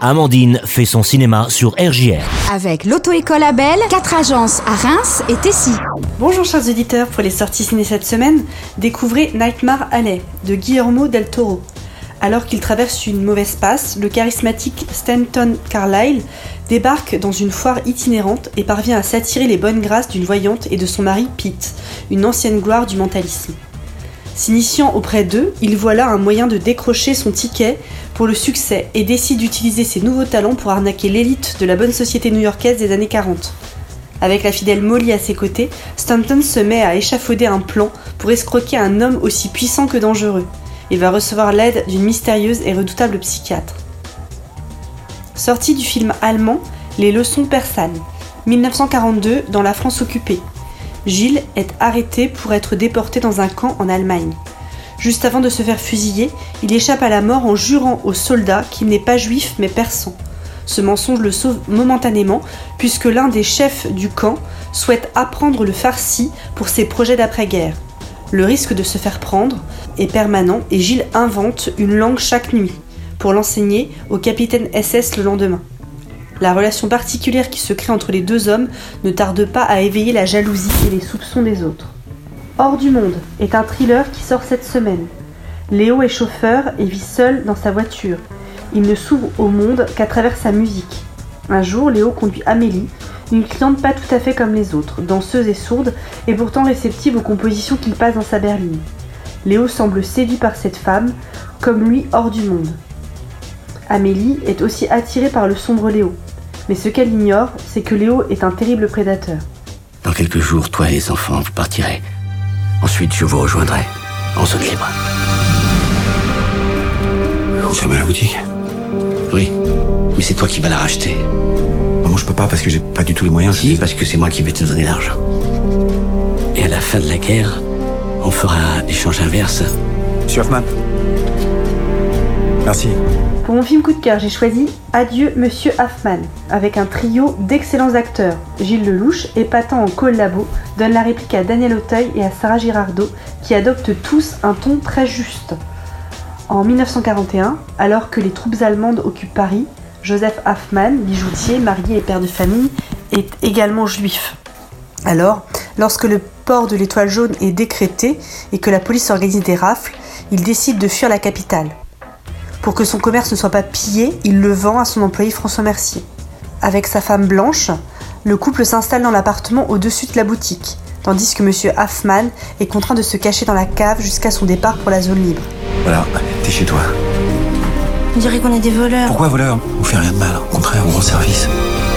Amandine fait son cinéma sur RJR. Avec l'auto-école Abel, 4 agences à Reims et Tessy. Bonjour chers auditeurs, pour les sorties ciné cette semaine, découvrez Nightmare Alley de Guillermo del Toro. Alors qu'il traverse une mauvaise passe, le charismatique Stanton Carlyle débarque dans une foire itinérante et parvient à s'attirer les bonnes grâces d'une voyante et de son mari Pete, une ancienne gloire du mentalisme. S'initiant auprès d'eux, il voit là un moyen de décrocher son ticket pour le succès et décide d'utiliser ses nouveaux talents pour arnaquer l'élite de la bonne société new-yorkaise des années 40. Avec la fidèle Molly à ses côtés, Stanton se met à échafauder un plan pour escroquer un homme aussi puissant que dangereux. Il va recevoir l'aide d'une mystérieuse et redoutable psychiatre. Sortie du film allemand Les leçons persanes, 1942 dans la France occupée. Gilles est arrêté pour être déporté dans un camp en Allemagne. Juste avant de se faire fusiller, il échappe à la mort en jurant aux soldats qu'il n'est pas juif mais persan. Ce mensonge le sauve momentanément puisque l'un des chefs du camp souhaite apprendre le farsi pour ses projets d'après-guerre. Le risque de se faire prendre est permanent et Gilles invente une langue chaque nuit pour l'enseigner au capitaine SS le lendemain. La relation particulière qui se crée entre les deux hommes ne tarde pas à éveiller la jalousie et les soupçons des autres. Hors du monde est un thriller qui sort cette semaine. Léo est chauffeur et vit seul dans sa voiture. Il ne s'ouvre au monde qu'à travers sa musique. Un jour, Léo conduit Amélie, une cliente pas tout à fait comme les autres, danseuse et sourde, et pourtant réceptive aux compositions qu'il passe dans sa berline. Léo semble séduit par cette femme, comme lui hors du monde. Amélie est aussi attirée par le sombre Léo. Mais ce qu'elle ignore, c'est que Léo est un terrible prédateur. Dans quelques jours, toi et les enfants, vous partirez. Ensuite, je vous rejoindrai, en zone libre. Vous fermez la boutique? Oui, mais c'est toi qui vas la racheter. Moi, je peux pas parce que j'ai pas du tout les moyens. Si, parce que c'est moi qui vais te donner l'argent. Et à la fin de la guerre, on fera l'échange inverse. Monsieur Hoffman. Merci. Pour mon film coup de cœur, j'ai choisi Adieu Monsieur Hoffman, avec un trio d'excellents acteurs. Gilles Lelouch, épatant en collabo, donne la réplique à Daniel Auteuil et à Sarah Girardot, qui adoptent tous un ton très juste. En 1941, alors que les troupes allemandes occupent Paris, Joseph Hoffman, bijoutier, marié et père de famille, est également juif. Alors, lorsque le port de l'étoile jaune est décrété et que la police organise des rafles, il décide de fuir la capitale. Pour que son commerce ne soit pas pillé, il le vend à son employé François Mercier. Avec sa femme Blanche, le couple s'installe dans l'appartement au-dessus de la boutique, tandis que Monsieur Hoffman est contraint de se cacher dans la cave jusqu'à son départ pour la zone libre. Voilà, t'es chez toi. On dirait qu'on est des voleurs. Pourquoi voleur? On fait rien de mal, au contraire, on rend service.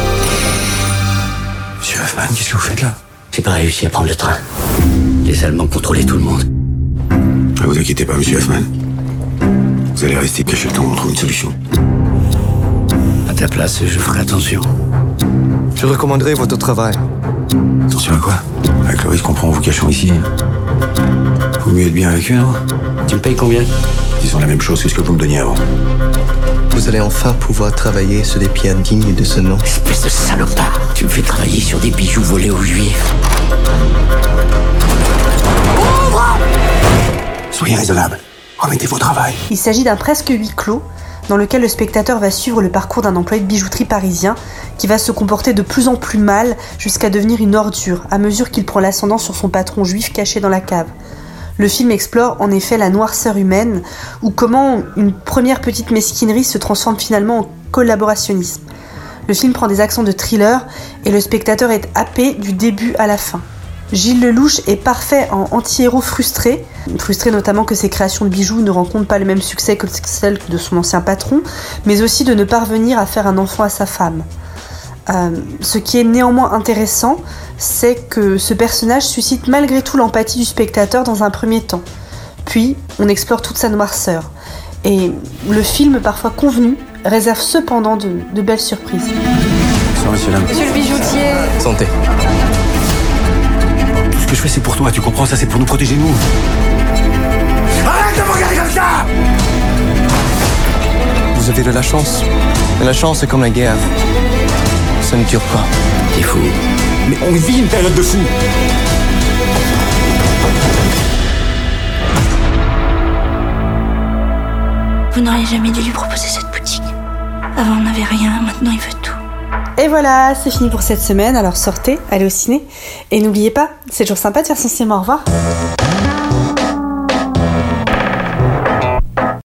Monsieur Hoffman, qu'est-ce que vous faites là? J'ai pas réussi à prendre le train. Les Allemands contrôlaient tout le monde. Ne vous inquiétez pas, monsieur Hoffman. Vous allez rester caché le temps, on trouve une solution. À ta place, je ferai attention. Je recommanderais votre travail. Attention à quoi? Avec le risque qu'on prend en vous cachant ici. Faut mieux être bien avec eux, non? Tu me payes combien? Disons la même chose que ce que vous me donniez avant. Vous allez enfin pouvoir travailler sur des pierres dignes de ce nom. Espèce de salopard. Tu me fais travailler sur des bijoux volés aux juifs. Soyez raisonnable. Remettez vos travail. Il s'agit d'un presque huis clos, dans lequel le spectateur va suivre le parcours d'un employé de bijouterie parisien qui va se comporter de plus en plus mal jusqu'à devenir une ordure à mesure qu'il prend l'ascendant sur son patron juif caché dans la cave. Le film explore en effet la noirceur humaine ou comment une première petite mesquinerie se transforme finalement en collaborationnisme. Le film prend des accents de thriller et le spectateur est happé du début à la fin. Gilles Lelouch est parfait en anti-héros frustré notamment que ses créations de bijoux ne rencontrent pas le même succès que celles de son ancien patron, mais aussi de ne parvenir à faire un enfant à sa femme. Ce qui est néanmoins intéressant, c'est que ce personnage suscite malgré tout l'empathie du spectateur dans un premier temps. Puis, on explore toute sa noirceur. Et le film, parfois convenu, réserve cependant de belles surprises. Bonsoir, monsieur l'homme. Monsieur le bijoutier. Santé. Tout ce que je fais, c'est pour toi, tu comprends? Ça, c'est pour nous protéger, nous. Arrête de me regarder comme ça! Vous avez de la chance. Mais la chance, c'est comme la guerre. Ça ne dure pas. T'es fou. Mais on vit une période de fou. Vous n'auriez jamais dû lui proposer cette boutique. Avant on n'avait rien, maintenant il veut tout. Et voilà, c'est fini pour cette semaine, alors sortez, allez au ciné. Et n'oubliez pas, c'est toujours sympa de faire son cinéma, au revoir.